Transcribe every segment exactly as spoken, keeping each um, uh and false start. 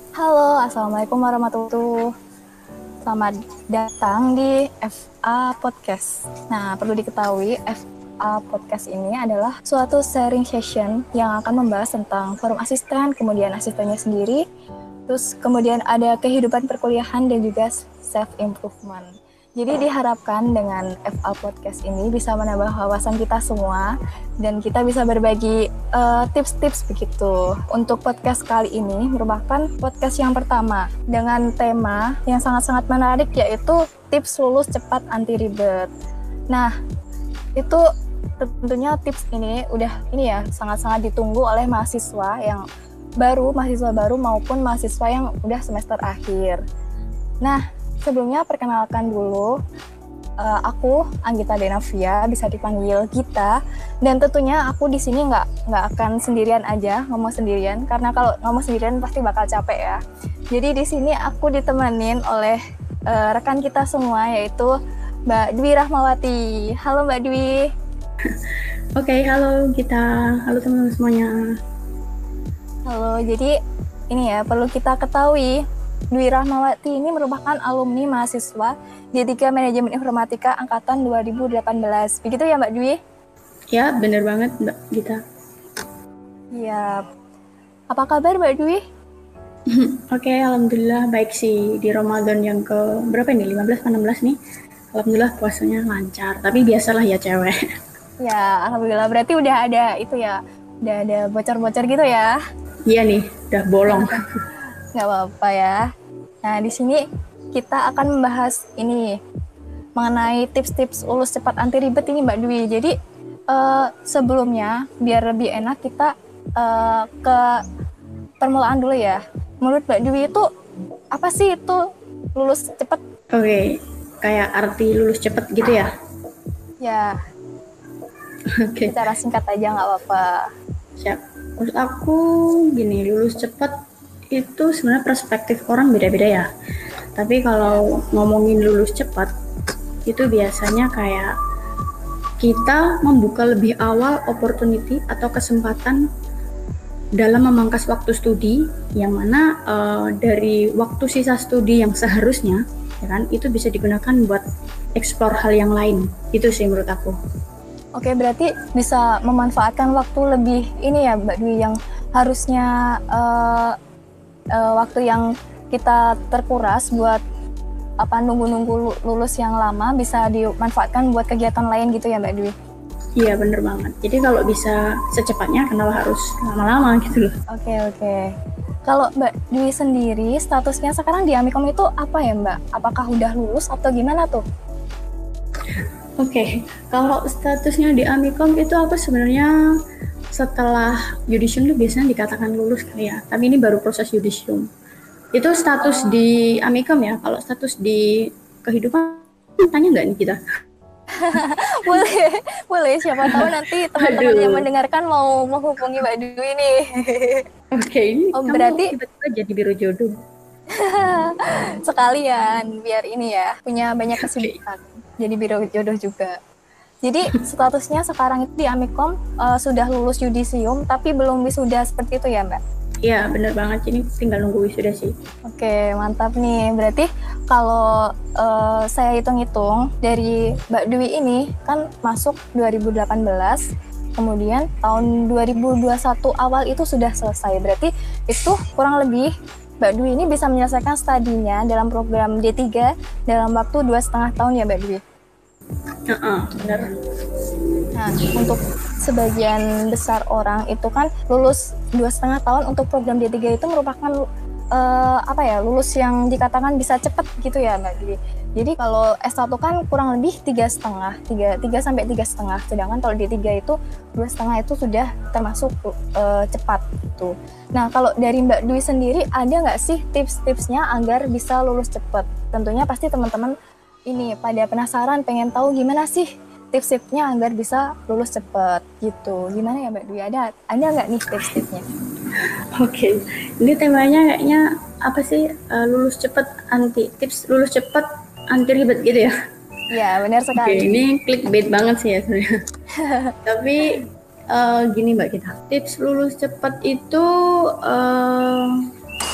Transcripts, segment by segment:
Halo, Assalamualaikum warahmatullahi wabarakatuh. Selamat datang di F A Podcast. Nah, perlu diketahui F A Podcast ini adalah suatu sharing session yang akan membahas tentang forum asisten, kemudian asistennya sendiri, terus kemudian ada kehidupan perkuliahan dan juga self-improvement. Jadi diharapkan dengan F A Podcast ini bisa menambah wawasan kita semua dan kita bisa berbagi uh, tips-tips begitu. Untuk podcast kali ini merupakan podcast yang pertama dengan tema yang sangat-sangat menarik yaitu tips lulus cepat anti ribet. Nah, itu tentunya tips ini udah ini ya sangat-sangat ditunggu oleh mahasiswa yang baru, mahasiswa baru maupun mahasiswa yang udah semester akhir. Nah, sebelumnya perkenalkan dulu, uh, aku Anggita Denavia, bisa dipanggil Gita, dan tentunya aku di sini nggak nggak akan sendirian aja ngomong sendirian, karena kalau ngomong sendirian pasti bakal capek ya. Jadi di sini aku ditemenin oleh uh, rekan kita semua yaitu Mbak Dwi Rahmawati. Halo Mbak Dwi. Oke, okay, halo Gita, halo teman-teman semuanya. Halo, jadi ini ya perlu kita ketahui. Dwi Rahmawati ini merupakan alumni mahasiswa D tiga Manajemen Informatika Angkatan dua ribu delapan belas. Begitu ya Mbak Dwi? Ya, benar banget Mbak Gita. Iya. Apa kabar Mbak Dwi? Oke, okay, Alhamdulillah baik sih di Ramadan yang ke berapa nih? lima belas atau enam belas nih. Alhamdulillah puasanya lancar, tapi biasalah ya cewek. Ya, Alhamdulillah. Berarti udah ada itu ya, udah ada bocor-bocor gitu ya? Iya nih, udah bolong. Nggak apa-apa ya. Nah, di sini kita akan membahas ini mengenai tips-tips lulus cepat anti ribet ini Mbak Dwi. Jadi uh, sebelumnya biar lebih enak kita uh, ke permulaan dulu ya. Menurut Mbak Dwi itu apa sih itu lulus cepat? Oke, okay. Kayak arti lulus cepat gitu ya? Ya. Oke. Okay. Secara singkat aja nggak apa-apa. Siap. Menurut aku gini, lulus cepat itu sebenarnya perspektif orang beda-beda ya. Tapi kalau ngomongin lulus cepat, itu biasanya kayak kita membuka lebih awal opportunity atau kesempatan dalam memangkas waktu studi, yang mana uh, dari waktu sisa studi yang seharusnya, ya kan, itu bisa digunakan buat explore hal yang lain. Itu sih menurut aku. Oke, berarti bisa memanfaatkan waktu lebih ini ya Mbak Dwi, yang harusnya uh, Uh, waktu yang kita terkuras buat apa nunggu-nunggu lulus yang lama bisa dimanfaatkan buat kegiatan lain gitu ya Mbak Dwi? Iya bener banget. Jadi kalau bisa secepatnya kenapa harus lama-lama gitu loh. Oke okay, oke. Okay. Kalau Mbak Dwi sendiri statusnya sekarang di Amikom itu apa ya Mbak? Apakah udah lulus atau gimana tuh? Oke, okay. Kalau statusnya di Amikom itu aku sebenarnya setelah yudisium itu biasanya dikatakan lulus kali ya, tapi ini baru proses yudisium. Itu status oh. di Amikom ya. Kalau status di kehidupan tanya nggak nih kita? boleh, boleh. Siapa tahu nanti teman-teman yang mendengarkan mau menghubungi Mbak Dwi nih. Oke, okay, ini oh, kamu berarti tiba-tiba jadi biro jodoh. Sekalian biar ini ya punya banyak kesibukan. Okay. Jadi biro jodoh juga. Jadi statusnya sekarang itu di Amikom uh, sudah lulus yudisium tapi belum wisuda seperti itu ya Mbak? Iya benar banget, ini tinggal nunggu wisuda sih. Oke mantap nih, berarti kalau uh, saya hitung-hitung dari Mbak Dwi ini kan masuk dua ribu delapan belas, kemudian tahun dua ribu dua puluh satu awal itu sudah selesai, berarti itu kurang lebih Mbak Dwi ini bisa menyelesaikan studinya dalam program D tiga dalam waktu dua setengah tahun ya Mbak Dwi? Uh-uh, benar. Nah, untuk sebagian besar orang itu kan lulus dua setengah tahun untuk program D tiga itu merupakan uh, apa ya lulus yang dikatakan bisa cepat gitu ya Mbak Dwi. Jadi kalau S satu kan kurang lebih tiga setengah, tiga tiga sampai tiga setengah. Sedangkan kalau D tiga itu dua setengah itu sudah termasuk uh, cepat gitu. Nah kalau dari Mbak Dwi sendiri ada nggak sih tips-tipsnya agar bisa lulus cepat? Tentunya pasti teman-teman ini pada penasaran pengen tahu gimana sih tips-tipsnya agar bisa lulus cepat gitu. Gimana ya Mbak Dwi? Ada ada nggak nih tips-tipsnya? Oke, okay. Ini temanya kayaknya apa sih uh, lulus cepat anti tips lulus cepat anti ribet gitu ya? Ya benar sekali. Okay, ini clickbait banget sih ya sebenarnya. Tapi uh, gini Mbak kita, tips lulus cepat itu uh,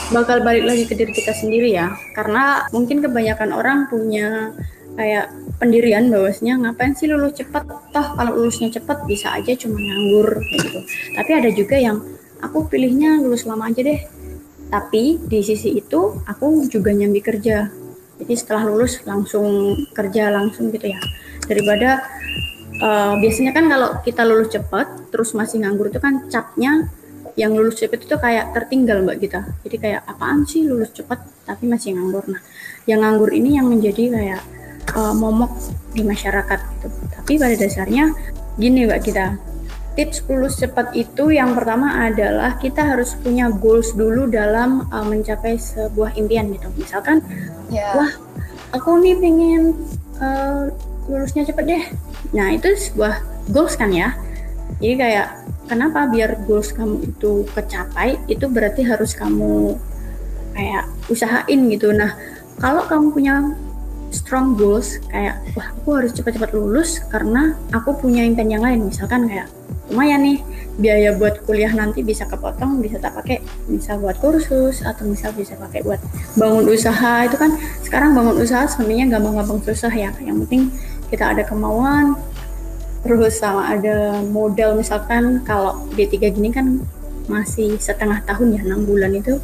bakal balik lagi ke diri kita sendiri ya, karena mungkin kebanyakan orang punya kayak pendirian bahwasanya ngapain sih lulus cepat, toh kalau lulusnya cepat bisa aja cuma nganggur gitu. Tapi ada juga yang aku pilihnya lulus lama aja deh, tapi di sisi itu aku juga nyambi kerja, jadi setelah lulus langsung kerja langsung gitu ya, daripada uh, biasanya kan kalau kita lulus cepat terus masih nganggur itu kan capnya yang lulus cepat itu kayak tertinggal mbak kita, jadi kayak apaan sih lulus cepat tapi masih nganggur. Nah yang nganggur ini yang menjadi kayak uh, momok di masyarakat gitu. Tapi pada dasarnya gini mbak kita, tips lulus cepat itu yang pertama adalah kita harus punya goals dulu dalam uh, mencapai sebuah impian gitu. Misalkan yeah. wah aku nih pengen uh, lulusnya cepat deh, nah itu sebuah goals kan ya. Jadi kayak kenapa biar goals kamu itu kecapai, itu berarti harus kamu kayak usahain gitu. Nah kalau kamu punya strong goals kayak wah aku harus cepat-cepat lulus karena aku punya impian yang lain, misalkan kayak lumayan nih biaya buat kuliah nanti bisa kepotong, bisa tak pakai misal buat kursus atau misal bisa pakai buat bangun usaha. Itu kan sekarang bangun usaha sebenarnya gampang-gampang susah ya, yang penting kita ada kemauan terus sama ada modal. Misalkan kalau D tiga gini kan masih setengah tahun ya, enam bulan itu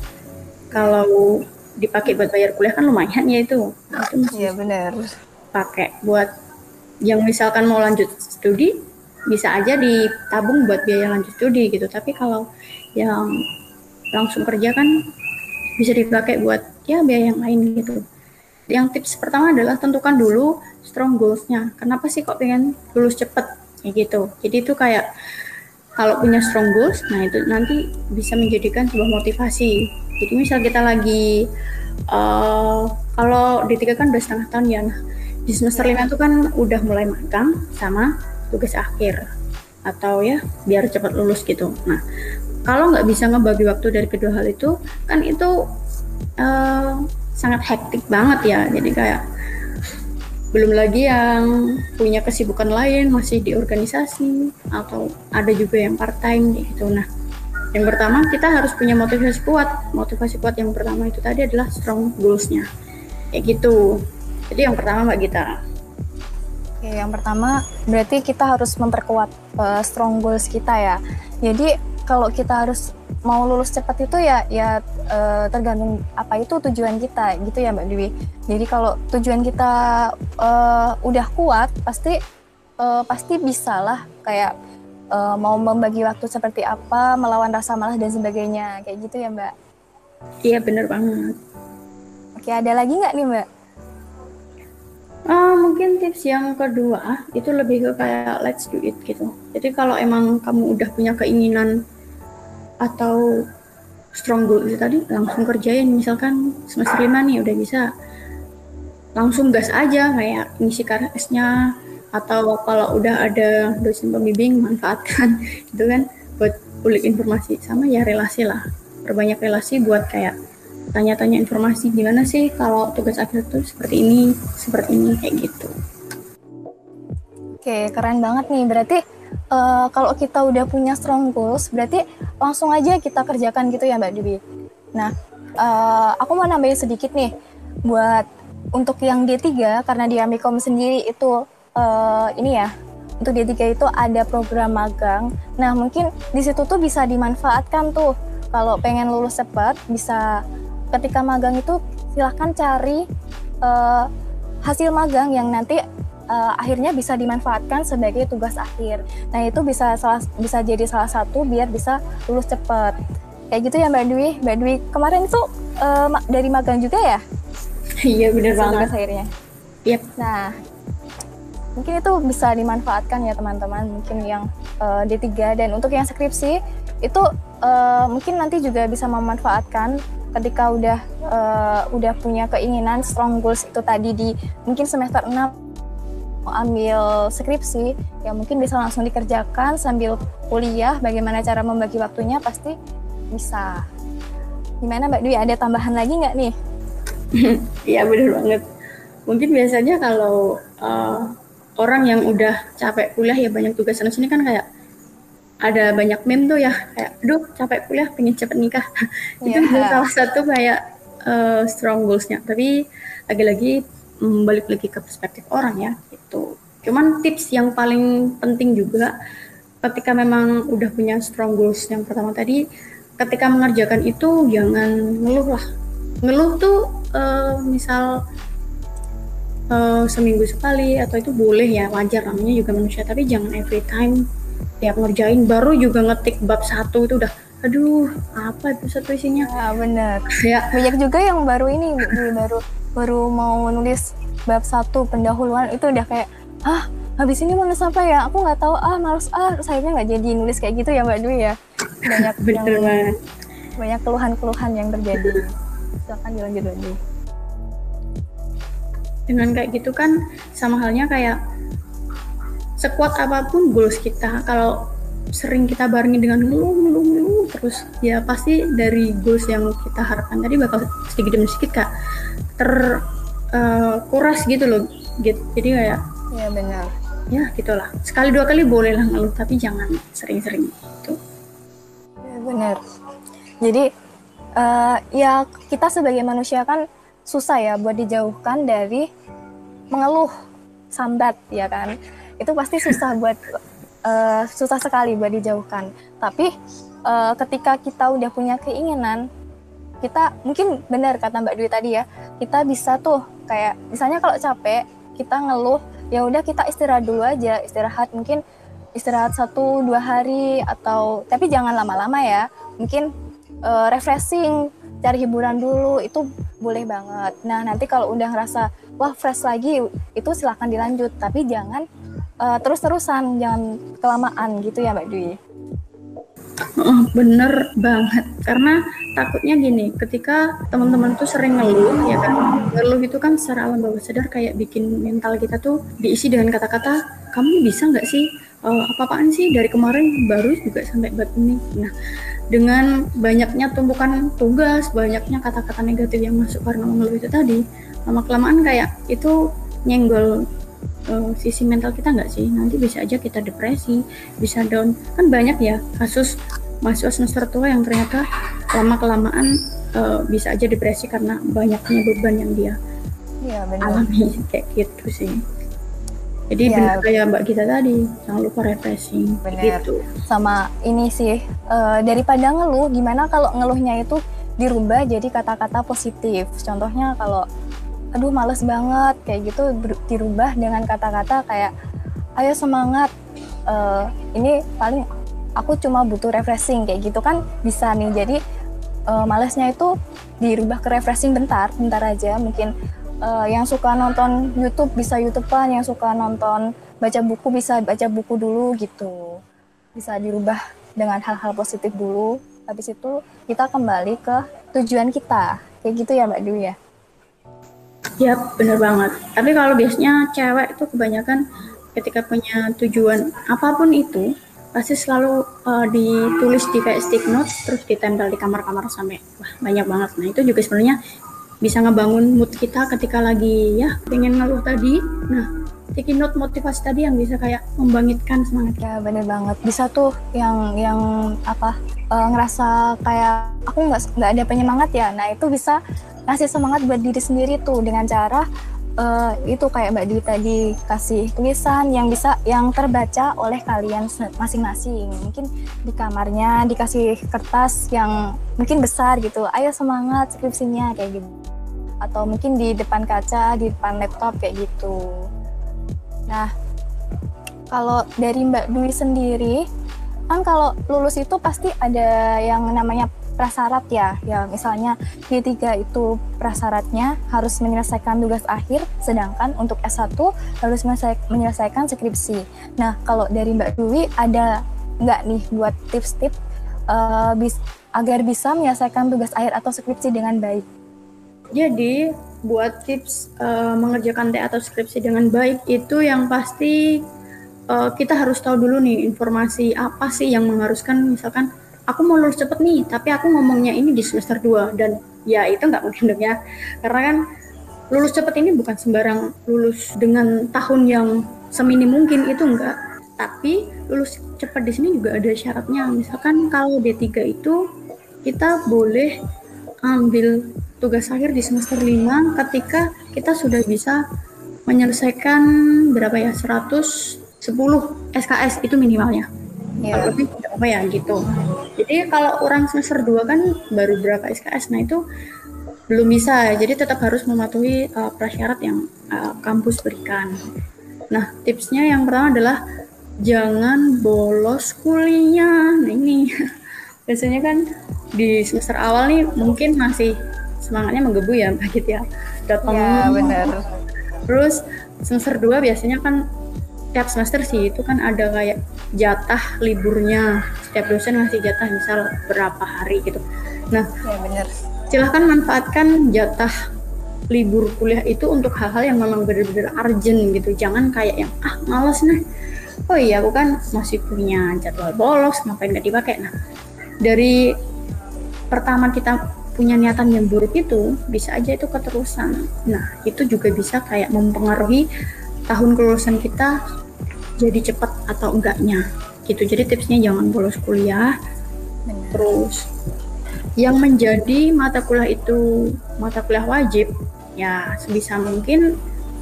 kalau dipakai buat bayar kuliah kan lumayan ya itu. Nah, itu masih iya benar, pakai buat yang misalkan mau lanjut studi bisa aja ditabung buat biaya lanjut studi gitu. Tapi kalau yang langsung kerja kan bisa dipakai buat ya biaya yang lain gitu. Yang tips pertama adalah tentukan dulu strong goals-nya. Kenapa sih kok pengen lulus cepet kayak gitu. Jadi itu kayak kalau punya strong goals, nah itu nanti bisa menjadikan sebuah motivasi. Jadi misal kita lagi uh, kalau D tiga kan udah setengah tahun ya, nah di semester lima itu kan udah mulai magang sama tugas akhir atau ya biar cepat lulus gitu. Nah kalau nggak bisa ngebagi waktu dari kedua hal itu kan itu uh, sangat hektik banget ya. Jadi kayak belum lagi yang punya kesibukan lain masih di organisasi atau ada juga yang part time gitu. Nah yang pertama kita harus punya motivasi kuat. Motivasi kuat yang pertama itu tadi adalah strong goals-nya kayak gitu. Jadi yang pertama Mbak Gita. Oke, yang pertama berarti kita harus memperkuat uh, strong goals kita ya. Jadi kalau kita harus mau lulus cepat itu ya ya uh, tergantung apa itu tujuan kita gitu ya Mbak Dewi. Jadi kalau tujuan kita uh, udah kuat pasti uh, pasti bisa lah kayak uh, mau membagi waktu seperti apa, melawan rasa malas dan sebagainya kayak gitu ya Mbak. Iya benar banget. Oke, ada lagi nggak nih Mbak? Uh, mungkin tips yang kedua itu lebih ke kayak let's do it gitu. Jadi kalau emang kamu udah punya keinginan atau strong goal itu tadi langsung kerjain. Misalkan semester lima nih udah bisa langsung gas aja kayak ngisi K R S-nya, atau kalau udah ada dosen pembimbing manfaatkan gitu kan buat kulik informasi. Sama ya relasi lah, perbanyak relasi buat kayak tanya-tanya informasi gimana sih kalau tugas akhir tuh seperti ini, seperti ini kayak gitu. Oke, keren banget nih. Berarti uh, kalau kita udah punya strong goals, berarti langsung aja kita kerjakan gitu ya Mbak Dewi. Nah, uh, aku mau nambahin sedikit nih. Buat untuk yang D tiga, karena di Amikom sendiri itu uh, ini ya, untuk D tiga itu ada program magang. Nah, mungkin di situ tuh bisa dimanfaatkan tuh. Kalau pengen lulus cepat, bisa ketika magang itu silahkan cari uh, hasil magang yang nanti uh, akhirnya bisa dimanfaatkan sebagai tugas akhir. Nah itu bisa salah, bisa jadi salah satu biar bisa lulus cepat. Kayak gitu ya Mbak Dwi. Mbak Dwi kemarin tuh uh, dari magang juga ya? Iya benar banget. Tugas akhirnya. Yep. Nah mungkin itu bisa dimanfaatkan ya teman-teman. Mungkin yang uh, D tiga dan untuk yang skripsi itu uh, mungkin nanti juga bisa memanfaatkan ketika udah uh, udah punya keinginan strong goals itu tadi di mungkin semester enam mau ambil skripsi ya mungkin bisa langsung dikerjakan sambil kuliah. Bagaimana cara membagi waktunya pasti bisa. Gimana Mbak Dwi, ada tambahan lagi nggak nih? Iya benar banget. Mungkin biasanya kalau uh, orang yang udah capek kuliah ya banyak tugas sana sini kan kayak ada banyak meme tuh ya kayak aduh capek kuliah pengen cepet nikah. Itu juga Iya, salah satu kayak uh, strong goals-nya, tapi lagi-lagi mm, balik lagi ke perspektif orang ya itu. Cuman tips yang paling penting juga ketika memang udah punya strong goals yang pertama tadi, ketika mengerjakan itu jangan ngeluh lah. Ngeluh tuh uh, misal uh, seminggu sekali atau itu boleh ya, wajar namanya juga manusia, tapi jangan every time tiap ngerjain baru juga ngetik bab satu itu udah aduh apa itu satu isinya ya bener. ya. Banyak juga yang baru ini, dulu baru baru mau nulis bab satu pendahuluan itu udah kayak, ah habis ini mau nulis apa ya? Aku nggak tahu, ah males ah, sayangnya nggak jadi nulis kayak gitu ya Mbak Dwi ya. Banyak yang Bener banget. banyak keluhan-keluhan yang terjadi. Silakan dilanjut Mbak Dwi. Dengan kayak gitu kan sama halnya kayak sekuat apapun goals kita, kalau sering kita barengin dengan ngeluh ngeluh ngeluh terus ya pasti dari goals yang kita harapkan tadi bakal sedikit demi sedikit kak terkuras uh, gitu loh gitu. Jadi kayak Ya benar. ya gitulah, sekali dua kali boleh lah ngeluh tapi jangan sering-sering gitu. Ya benar. Jadi uh, ya kita sebagai manusia kan susah ya buat dijauhkan dari mengeluh, sambat ya kan. Itu pasti susah buat uh, susah sekali buat dijauhkan. Tapi uh, ketika kita udah punya keinginan, kita mungkin benar kata Mbak Dwi tadi ya, kita bisa tuh kayak misalnya kalau capek kita ngeluh, ya udah kita istirahat dulu aja, istirahat mungkin istirahat satu dua hari atau tapi jangan lama-lama ya, mungkin uh, refreshing, cari hiburan dulu itu boleh banget. Nah nanti kalau udah ngerasa wah fresh lagi itu silakan dilanjut, tapi jangan uh, terus-terusan, jangan kelamaan gitu ya Mbak Dwi. Oh, bener banget, karena takutnya gini, ketika teman-teman tuh sering ngeluh ya kan, ngeluh itu kan secara alam bawah sadar kayak bikin mental kita tuh diisi dengan kata-kata kamu bisa nggak sih, uh, apa-apaan sih dari kemarin baru juga sampai bab ini. Nah dengan banyaknya tumpukan tugas, banyaknya kata-kata negatif yang masuk karena mengeluh itu tadi, lama kelamaan kayak itu nyenggol uh, sisi mental kita nggak sih, nanti bisa aja kita depresi, bisa down. Kan banyak ya kasus mahasiswa semester tua yang ternyata lama kelamaan uh, bisa aja depresi karena banyaknya beban yang dia ya, alami kayak gitu sih. Jadi ya, benar kayak Mbak Gita tadi, jangan lupa refreshing gitu. Sama ini sih, uh, daripada ngeluh, gimana kalau ngeluhnya itu dirubah jadi kata-kata positif. Contohnya kalau aduh males banget kayak gitu, dirubah dengan kata-kata kayak ayo semangat, uh, ini paling aku cuma butuh refreshing kayak gitu kan bisa nih. Jadi uh, malesnya itu dirubah ke refreshing bentar, bentar aja. Mungkin uh, yang suka nonton YouTube bisa YouTubean, yang suka nonton baca buku bisa baca buku dulu gitu. Bisa dirubah dengan hal-hal positif dulu. Habis itu kita kembali ke tujuan kita. Kayak gitu ya Mbak Dwi ya? Ya bener banget. Tapi kalau biasanya cewek tuh kebanyakan ketika punya tujuan apapun itu pasti selalu uh, ditulis di kayak stick note terus ditempel di kamar-kamar sampai wah banyak banget. Nah itu juga sebenarnya bisa ngebangun mood kita ketika lagi ya pengen ngeluh tadi. Nah sticky note motivasi tadi yang bisa kayak membangkitkan semangat. Ya bener banget. Bisa tuh yang yang apa uh, ngerasa kayak aku nggak nggak ada penyemangat ya. Nah itu bisa ngasih semangat buat diri sendiri tuh dengan cara Uh, itu kayak Mbak Dwi tadi kasih tulisan yang bisa yang terbaca oleh kalian masing-masing. Mungkin di kamarnya dikasih kertas yang mungkin besar gitu, ayo semangat skripsinya kayak gitu. Atau mungkin di depan kaca, di depan laptop kayak gitu. Nah, kalau dari Mbak Dwi sendiri, kan kalau lulus itu pasti ada yang namanya prasyarat ya, ya misalnya D tiga itu prasyaratnya harus menyelesaikan tugas akhir, sedangkan untuk S satu harus menyelesaikan skripsi. Nah, kalau dari Mbak Dwi ada nggak nih buat tips-tips uh, bis, agar bisa menyelesaikan tugas akhir atau skripsi dengan baik? Jadi, buat tips uh, mengerjakan T atau skripsi dengan baik itu yang pasti uh, kita harus tahu dulu nih informasi apa sih yang mengharuskan, misalkan aku mau lulus cepet nih, tapi aku ngomongnya ini di semester dua, dan ya itu nggak mungkin dong ya, karena kan lulus cepet ini bukan sembarang lulus dengan tahun yang seminim mungkin, itu enggak, Tapi lulus cepat di sini juga ada syaratnya. Misalkan kalau D tiga itu kita boleh ambil tugas akhir di semester lima ketika kita sudah bisa menyelesaikan berapa ya, seratus sepuluh S K S itu minimalnya. Iya. Kalau lebih tidak apa ya gitu. Jadi kalau orang semester dua kan baru berapa S K S, nah itu belum bisa. Jadi tetap harus mematuhi uh, prasyarat yang uh, kampus berikan. Nah, tipsnya yang pertama adalah jangan bolos kuliah. Nah ini biasanya kan di semester awal nih mungkin masih semangatnya menggebu ya Mbak Git ya, datang. Ya benar. Terus semester dua biasanya kan tiap semester sih itu kan ada kayak jatah liburnya, setiap dosen ngasih jatah misal berapa hari gitu. Nah Ya benar. silahkan manfaatkan jatah libur kuliah itu untuk hal-hal yang memang benar-benar urgent gitu. Jangan kayak yang ah malas nih, oh iya aku kan masih punya jadwal bolos, ngapain gak dipakai. Nah dari pertama kita punya niatan yang buruk itu bisa aja itu keterusan. Nah itu juga bisa kayak mempengaruhi tahun kelulusan kita jadi cepat atau enggaknya gitu. Jadi tipsnya jangan bolos kuliah. Benar. Terus yang menjadi mata kuliah itu mata kuliah wajib, ya sebisa mungkin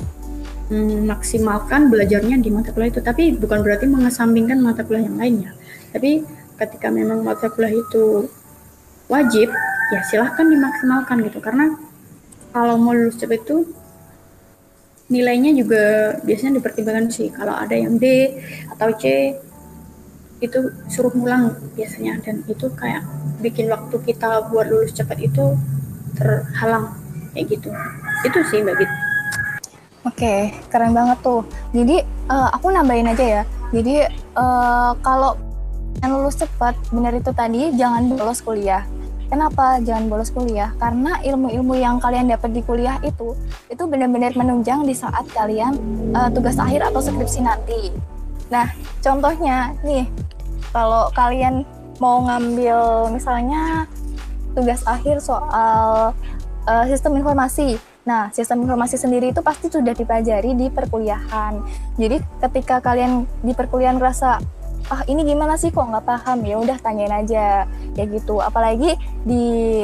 hmm, maksimalkan belajarnya di mata kuliah itu. Tapi bukan berarti mengesampingkan mata kuliah yang lainnya. Tapi ketika memang mata kuliah itu wajib, ya silahkan dimaksimalkan gitu. Karena kalau mau lulus cepat itu nilainya juga biasanya dipertimbangkan sih. Kalau ada yang D atau C itu suruh ngulang biasanya, dan itu kayak bikin waktu kita buat lulus cepat itu terhalang kayak gitu. Itu sih Mbak Git. Oke, keren banget tuh. Jadi uh, aku nambahin aja ya. Jadi uh, kalau yang lulus cepat, benar itu tadi, jangan bolos kuliah. Kenapa jangan bolos kuliah? Karena ilmu-ilmu yang kalian dapat di kuliah itu, itu benar-benar menunjang di saat kalian uh, tugas akhir atau skripsi nanti. Nah, contohnya nih, kalau kalian mau ngambil misalnya tugas akhir soal uh, sistem informasi. Nah, sistem informasi sendiri itu pasti sudah dipelajari di perkuliahan. Jadi ketika kalian di perkuliahan rasa ah ini gimana sih kok nggak paham, ya udah tanyain aja kayak gitu. Apalagi di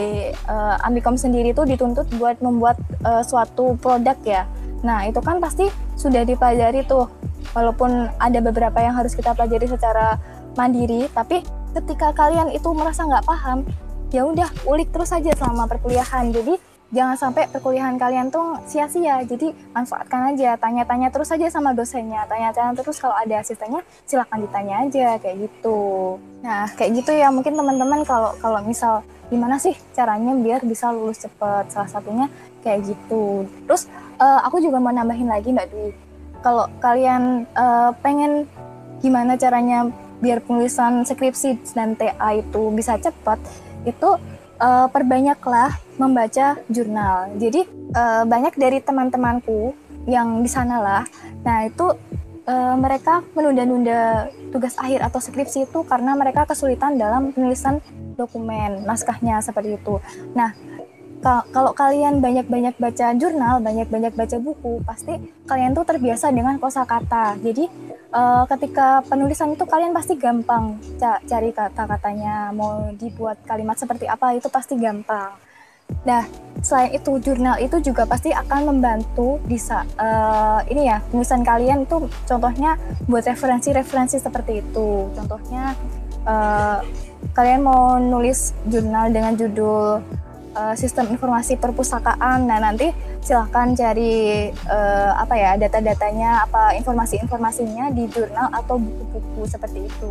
uh, Ambikom sendiri tuh dituntut buat membuat uh, suatu produk ya. Nah itu kan pasti sudah dipelajari tuh, walaupun ada beberapa yang harus kita pelajari secara mandiri, tapi ketika kalian itu merasa nggak paham, ya udah ulik terus aja selama perkuliahan. Jadi jangan sampai perkuliahan kalian tuh sia-sia. Jadi manfaatkan aja, tanya-tanya terus aja sama dosennya, tanya-tanya terus, kalau ada asistennya silakan ditanya aja kayak gitu. Nah kayak gitu ya, mungkin teman-teman kalau kalau misal gimana sih caranya biar bisa lulus cepet, salah satunya kayak gitu. Terus uh, aku juga mau nambahin lagi Mbak Dwi, kalau kalian uh, pengen gimana caranya biar penulisan skripsi dan T A itu bisa cepat, itu uh, perbanyaklah membaca jurnal. Jadi uh, banyak dari teman-temanku yang di sana lah, nah itu uh, mereka menunda-nunda tugas akhir atau skripsi itu karena mereka kesulitan dalam penulisan dokumen, naskahnya seperti itu. Nah ka- kalau kalian banyak-banyak baca jurnal, banyak-banyak baca buku, pasti kalian tuh terbiasa dengan kosakata. Jadi uh, ketika penulisan itu kalian pasti gampang ca- cari kata-katanya, mau dibuat kalimat seperti apa itu pasti gampang. Nah, selain itu jurnal itu juga pasti akan membantu bisa uh, ini ya penulisan kalian itu, contohnya buat referensi-referensi seperti itu. Contohnya uh, kalian mau nulis jurnal dengan judul uh, sistem informasi perpustakaan. Nah nanti silahkan cari uh, apa ya data-datanya, apa informasi-informasinya di jurnal atau buku-buku seperti itu.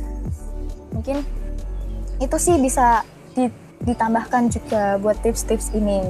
Mungkin itu sih bisa di ditambahkan juga buat tips-tips ini.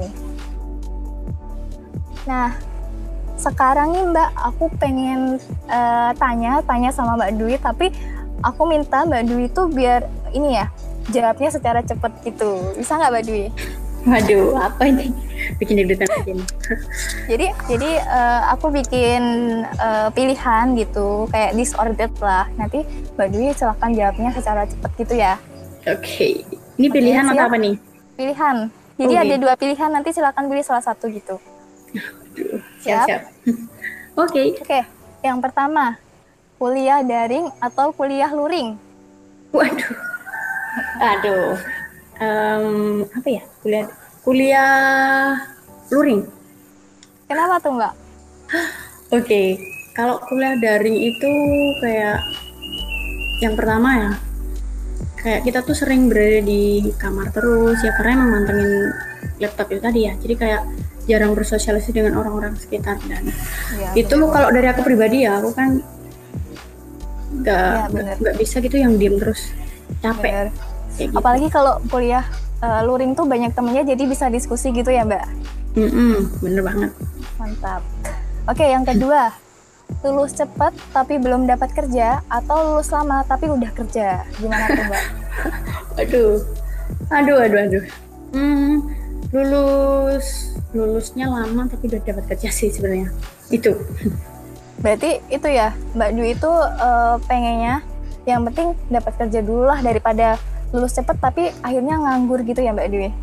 Nah, sekarang nih Mbak, aku pengen uh, tanya, tanya sama Mbak Dwi, tapi aku minta Mbak Dwi itu biar ini ya, jawabnya secara cepat gitu. Bisa nggak Mbak Dwi? Waduh, apa ini? Bikin deg-degan aja nih. Jadi, jadi uh, aku bikin uh, pilihan gitu, kayak disordered lah. Nanti Mbak Dwi silakan jawabnya secara cepat gitu ya. Oke. Okay. Ini pilihan okay, atau apa nih? Pilihan. Jadi okay. Ada dua pilihan, nanti silakan pilih salah satu gitu. Aduh, siap-siap. Oke. Okay. Oke, okay. Yang pertama, kuliah daring atau kuliah luring? Waduh, aduh, Em, apa ya? Kuliah, kuliah luring. Kenapa tuh Mbak? Oke, kalau kuliah daring itu kayak yang pertama ya, kayak kita tuh sering berada di kamar terus ya karena emang mantengin laptop itu tadi ya. Jadi kayak jarang bersosialisasi dengan orang-orang sekitar dan Ya, itu bener. kalau dari aku pribadi ya, aku kan nggak Ya, nggak bener. nggak bisa gitu yang diem terus, capek. Bener. Kayak gitu. Apalagi kalau kuliah uh, luring tuh banyak temennya jadi bisa diskusi gitu ya Mbak. Mm-mm, bener banget. Mantap. Oke, yang kedua, lulus cepat tapi belum dapat kerja atau lulus lama tapi udah kerja. Gimana tuh Mbak? Aduh, aduh, aduh, aduh. Hmm, lulus lulusnya lama tapi udah dapat kerja sih sebenarnya. Itu. Berarti itu ya, Mbak Dwi itu uh, pengennya yang penting dapat kerja dulu lah daripada lulus cepat tapi akhirnya nganggur gitu ya Mbak Dwi?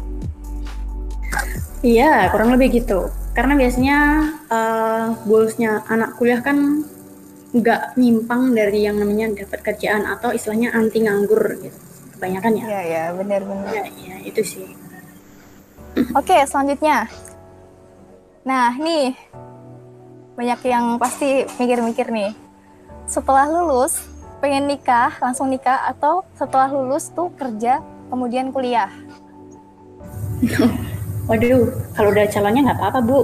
Iya, kurang lebih gitu. Karena biasanya uh, goalsnya anak kuliah kan nggak nyimpang dari yang namanya dapat kerjaan atau istilahnya anti nganggur gitu. Kebanyakan ya. Iya, ya, benar-benar. Ya, ya, itu sih. Oke, selanjutnya. Nah, nih banyak yang pasti mikir-mikir nih. Setelah lulus, pengen nikah, langsung nikah atau setelah lulus tuh kerja, kemudian kuliah? Waduh, kalau udah calonnya nggak apa-apa, Bu.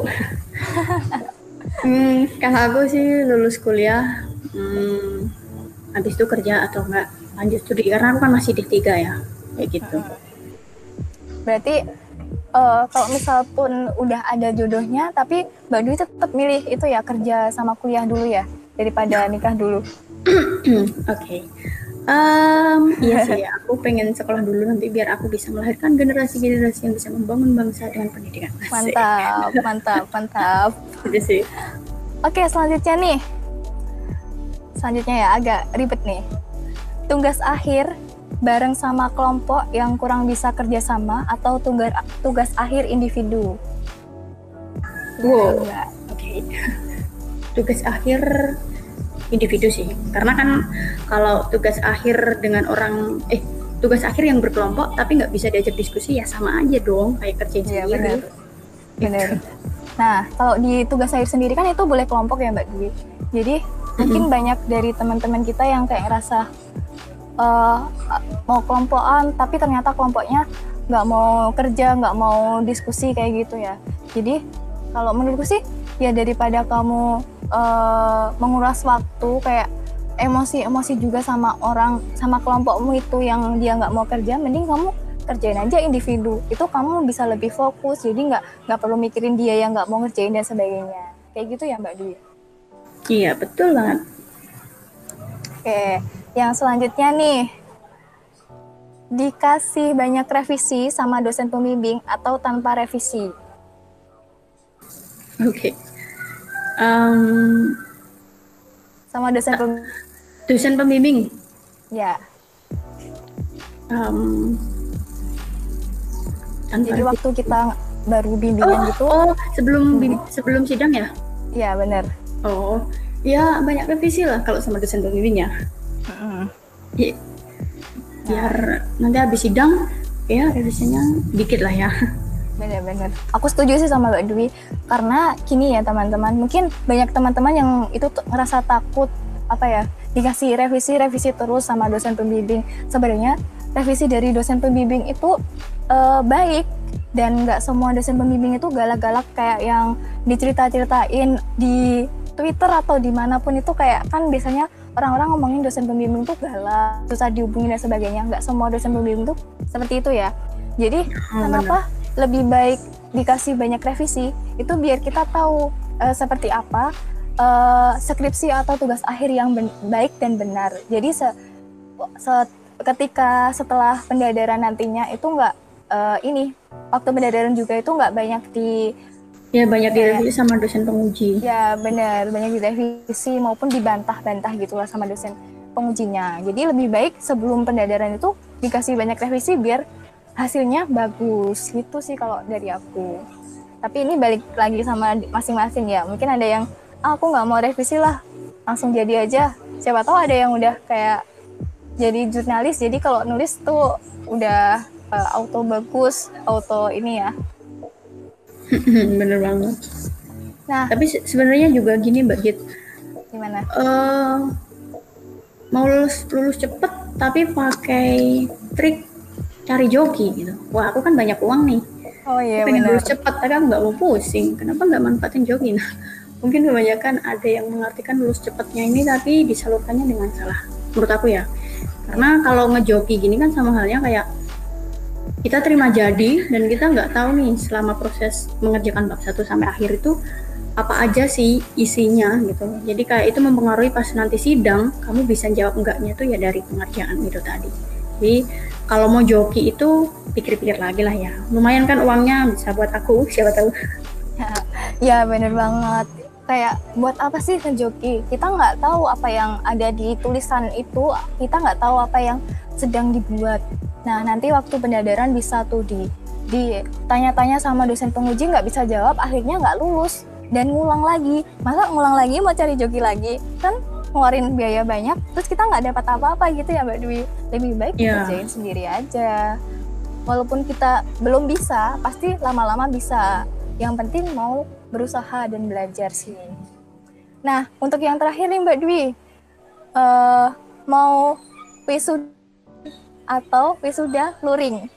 hmm, kalau aku sih lulus kuliah, hmm, habis itu kerja atau enggak lanjut studi. Karena aku kan masih D tiga ya, kayak gitu. Berarti uh, kalau misal pun udah ada jodohnya, tapi Mbak Dwi tetap milih itu ya, kerja sama kuliah dulu ya, daripada nikah dulu. Oke. Okay. Um, iya sih, aku pengen sekolah dulu nanti biar aku bisa melahirkan generasi-generasi yang bisa membangun bangsa dengan pendidikan. Mantap, mantap, mantap. Gitu sih. Oke, selanjutnya nih. Selanjutnya ya, agak ribet nih. Tugas akhir bareng sama kelompok yang kurang bisa kerjasama atau tugas tugas akhir individu? Wow, oke. Okay. Tugas akhir individu sih, karena kan kalau tugas akhir dengan orang eh tugas akhir yang berkelompok tapi nggak bisa diajak diskusi ya sama aja dong kayak kerja ya, sendiri. Benar. Benar. Nah, kalau di tugas akhir sendiri kan itu boleh kelompok ya Mbak Dwi. Jadi mm-hmm. mungkin banyak dari teman-teman kita yang kayak ngerasa uh, mau kelompokan tapi ternyata kelompoknya nggak mau kerja, nggak mau diskusi kayak gitu ya. Jadi kalau menurutku sih ya daripada kamu uh, menguras waktu kayak emosi-emosi juga sama orang, sama kelompokmu itu yang dia nggak mau kerja, mending kamu kerjain aja individu. Itu kamu bisa lebih fokus, jadi nggak nggak perlu mikirin dia yang nggak mau ngerjain dan sebagainya. Kayak gitu ya Mbak Dwi? Iya, betul banget. Oke, yang selanjutnya nih, dikasih banyak revisi sama dosen pembimbing atau tanpa revisi? Oke. Okay. Um, sama dosen pembimbing. Dosen pembimbing. Ya. Um, Jadi waktu kita baru bimbingan oh, gitu. Oh, sebelum hmm. sebelum sidang ya? Iya, benar. Oh, ya banyak revisi lah kalau sama dosen pembimbingnya. Hmm. Ya, biar nah. nanti habis sidang ya revisinya dikit lah ya. Benar-benar. Aku setuju sih sama Mbak Dwi, karena gini ya teman-teman, mungkin banyak teman-teman yang itu tuh ngerasa takut apa ya, dikasih revisi-revisi terus sama dosen pembimbing. Sebenarnya revisi dari dosen pembimbing itu uh, baik, dan nggak semua dosen pembimbing itu galak-galak kayak yang dicerita-ceritain di Twitter atau dimanapun itu, kayak kan biasanya orang-orang ngomongin dosen pembimbing tuh galak, susah dihubungin dan sebagainya. Nggak semua dosen pembimbing tuh seperti itu ya. Jadi oh, kenapa bener. Lebih baik dikasih banyak revisi, itu biar kita tahu uh, seperti apa uh, skripsi atau tugas akhir yang ben- baik dan benar. Jadi se- se- ketika setelah pendadaran nantinya itu nggak uh, ini waktu pendadaran juga itu nggak banyak di ya banyak direvisi sama dosen penguji. Ya benar, banyak direvisi maupun dibantah-bantah gitulah sama dosen pengujinya. Jadi lebih baik sebelum pendadaran itu dikasih banyak revisi biar hasilnya bagus gitu sih kalau dari aku. Tapi ini balik lagi sama masing-masing ya. Mungkin ada yang ah, aku nggak mau revisi lah, langsung jadi aja siapa tahu ada yang udah kayak jadi jurnalis, jadi kalau nulis tuh udah uh, auto bagus, auto ini ya. Bener banget. Nah, tapi se- sebenarnya juga gini Mbak Git, gimana? Uh, mau lulus lulus cepet tapi pakai trik cari joki gitu. Wah, aku kan banyak uang nih. Oh iya, pengen benar. lulus cepet tapi aku nggak mau pusing. Kenapa nggak manfaatin joki? Nah, mungkin kebanyakan ada yang mengartikan lulus cepetnya ini tapi disalurkannya dengan salah. Menurut aku ya. Karena kalau ngejoki gini kan sama halnya kayak kita terima jadi dan kita nggak tahu nih selama proses mengerjakan bab satu sampai akhir itu apa aja sih isinya gitu. Jadi kayak itu mempengaruhi pas nanti sidang kamu bisa jawab enggaknya tuh ya dari pengerjaan itu tadi. Jadi kalau mau joki itu pikir-pikir lagi lah ya. Lumayan kan uangnya bisa buat aku, siapa tahu. Ya bener banget. Kayak buat apa sih ngejoki? Kita nggak tahu apa yang ada di tulisan itu, kita nggak tahu apa yang sedang dibuat. Nah nanti waktu pendadaran bisa tuh di ditanya-tanya sama dosen penguji nggak bisa jawab, akhirnya nggak lulus dan ngulang lagi. Masa ngulang lagi mau cari joki lagi? Kan ngeluarin biaya banyak, terus kita nggak dapat apa-apa gitu ya Mbak Dwi. Lebih baik yeah. kerjain sendiri aja. Walaupun kita belum bisa, pasti lama-lama bisa. Yang penting mau berusaha dan belajar sih. Nah, untuk yang terakhir nih Mbak Dwi, uh, mau wisuda atau wisuda luring?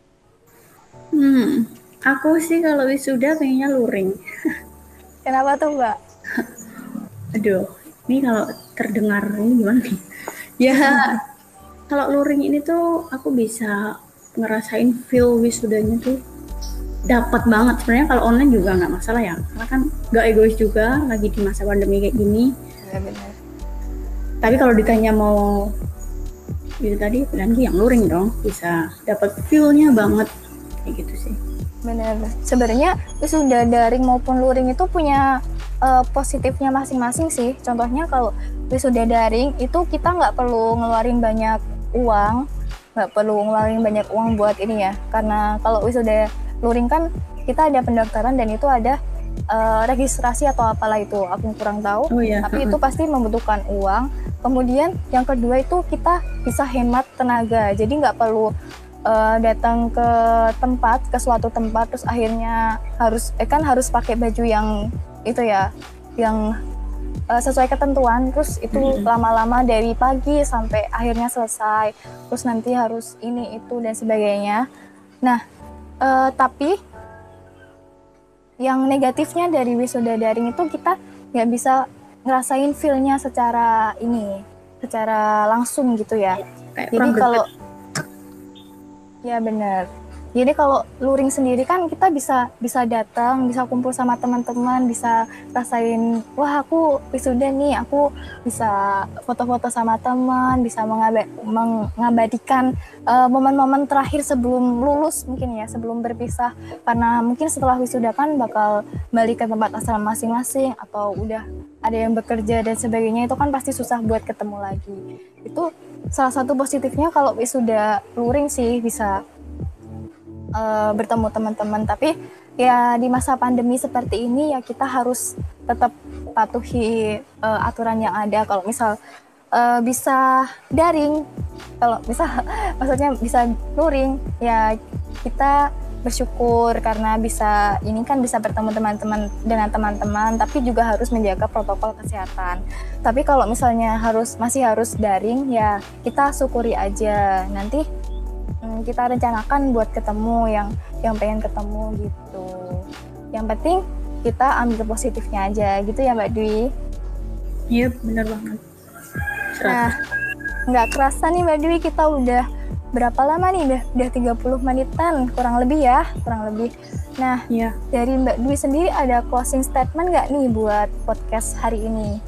Hmm, aku sih kalau wisuda pengennya luring. Kenapa tuh Mbak? Aduh, ini kalau terdengar ini gimana nih? Ya, kalau luring ini tuh aku bisa ngerasain feel wisudanya tuh dapat banget. Sebenarnya kalau online juga nggak masalah ya, karena kan nggak egois juga lagi di masa pandemi kayak gini. Ya benar. Tapi kalau ditanya mau itu tadi, lagi yang luring dong, bisa dapat feel-nya banget kayak gitu sih. Benar. Sebenarnya wisuda daring maupun luring itu punya uh, positifnya masing-masing sih. Contohnya kalau wisuda daring itu kita nggak perlu ngeluarin banyak uang, nggak perlu ngeluarin banyak uang buat ini ya. Karena kalau wisuda luring kan kita ada pendaftaran dan itu ada uh, registrasi atau apalah itu, aku kurang tahu. Oh, iya. Tapi itu pasti membutuhkan uang. Kemudian yang kedua itu kita bisa hemat tenaga, jadi nggak perlu uh, datang ke tempat, ke suatu tempat terus akhirnya harus eh kan harus pakai baju yang itu ya, yang uh, sesuai ketentuan, terus itu mm-hmm. lama-lama dari pagi sampai akhirnya selesai, terus nanti harus ini itu dan sebagainya. Nah Uh, tapi yang negatifnya dari wisuda daring itu kita nggak bisa ngerasain feel-nya secara ini, secara langsung gitu ya. Kayak jadi kalau ya benar. Jadi kalau luring sendiri kan kita bisa bisa datang, bisa kumpul sama teman-teman, bisa rasain, wah aku wisuda nih, aku bisa foto-foto sama teman, bisa mengab- mengabadikan uh, momen-momen terakhir sebelum lulus mungkin ya, sebelum berpisah. Karena mungkin setelah wisuda kan bakal balik ke tempat asal masing-masing atau udah ada yang bekerja dan sebagainya, itu kan pasti susah buat ketemu lagi. Itu salah satu positifnya kalau wisuda luring sih, bisa Uh, bertemu teman-teman. Tapi ya di masa pandemi seperti ini ya kita harus tetap patuhi uh, aturan yang ada. Kalau misal uh, bisa daring, kalau misal maksudnya bisa luring, ya kita bersyukur karena bisa ini kan bisa bertemu teman-teman dengan teman-teman, tapi juga harus menjaga protokol kesehatan. Tapi kalau misalnya harus masih harus daring, ya kita syukuri aja. Nanti kita rencanakan buat ketemu yang yang pengen ketemu gitu. Yang penting kita ambil positifnya aja gitu ya Mbak Dwi. Iya benar banget. Nah, nggak kerasa nih Mbak Dwi, kita udah berapa lama nih? Udah, udah tiga puluh menitan kurang lebih ya, kurang lebih. Nah, ya. Dari Mbak Dwi sendiri ada closing statement nggak nih buat podcast hari ini?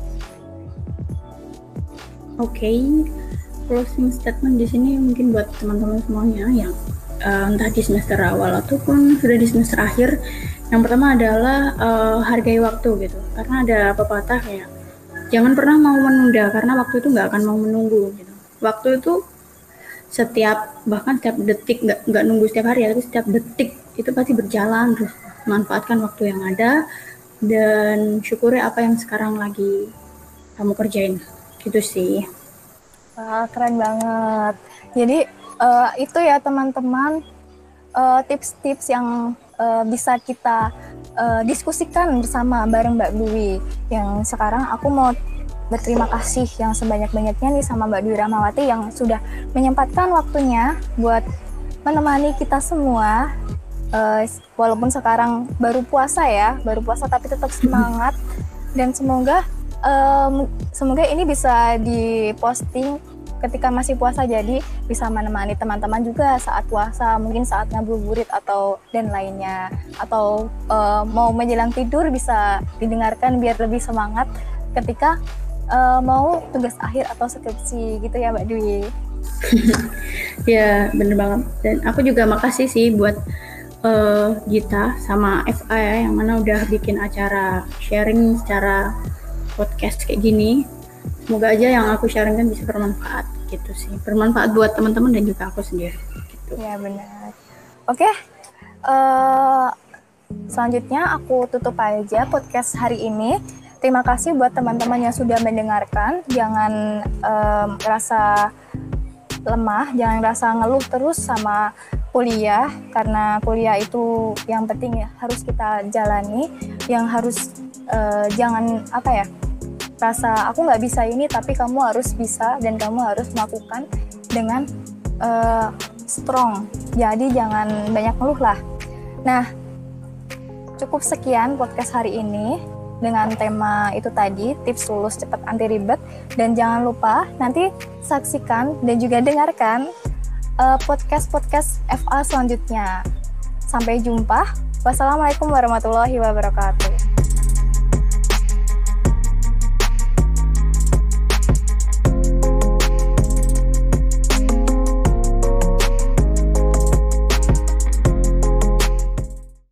Oke. Okay. Closing statement di sini mungkin buat teman-teman semuanya yang uh, entah di semester awal ataupun sudah di semester akhir. Yang pertama adalah uh, hargai waktu gitu. Karena ada pepatah kayak jangan pernah mau menunda karena waktu itu nggak akan mau menunggu gitu. Waktu itu setiap bahkan setiap detik, nggak nggak nunggu setiap hari ya, tapi setiap detik itu pasti berjalan. Terus manfaatkan waktu yang ada dan syukuri apa yang sekarang lagi kamu kerjain. Gitu sih. Wah, keren banget. Jadi uh, itu ya teman-teman, uh, tips-tips yang uh, bisa kita uh, diskusikan bersama bareng Mbak Dwi. Yang sekarang aku mau berterima kasih yang sebanyak-banyaknya nih sama Mbak Dwi Rahmawati yang sudah menyempatkan waktunya buat menemani kita semua. Uh, walaupun sekarang baru puasa ya, baru puasa tapi tetap semangat dan semoga um, semoga ini bisa diposting ketika masih puasa, jadi bisa menemani teman-teman juga saat puasa, mungkin saat ngabuburit atau dan lainnya, atau uh, mau menjelang tidur bisa didengarkan biar lebih semangat ketika uh, mau tugas akhir atau skripsi gitu ya Mbak Dwi. Ya bener banget, dan aku juga makasih sih buat Uh, Gita sama F A ya, yang mana udah bikin acara sharing secara podcast kayak gini. Semoga aja yang aku sharingkan bisa bermanfaat gitu sih, bermanfaat buat teman-teman dan juga aku sendiri gitu. Ya benar. Oke, uh, selanjutnya aku tutup aja podcast hari ini. Terima kasih buat teman-teman yang sudah mendengarkan. Jangan um, rasa lemah, jangan rasa ngeluh terus sama kuliah, karena kuliah itu yang penting ya harus kita jalani, yang harus uh, jangan apa ya rasa aku nggak bisa ini, tapi kamu harus bisa dan kamu harus melakukan dengan uh, strong. Jadi jangan banyak ngeluh lah. Nah, cukup sekian podcast hari ini dengan tema itu tadi, tips lulus cepat anti ribet, dan jangan lupa nanti saksikan dan juga dengarkan Uh, podcast-podcast F A selanjutnya. Sampai jumpa. Wassalamualaikum warahmatullahi wabarakatuh.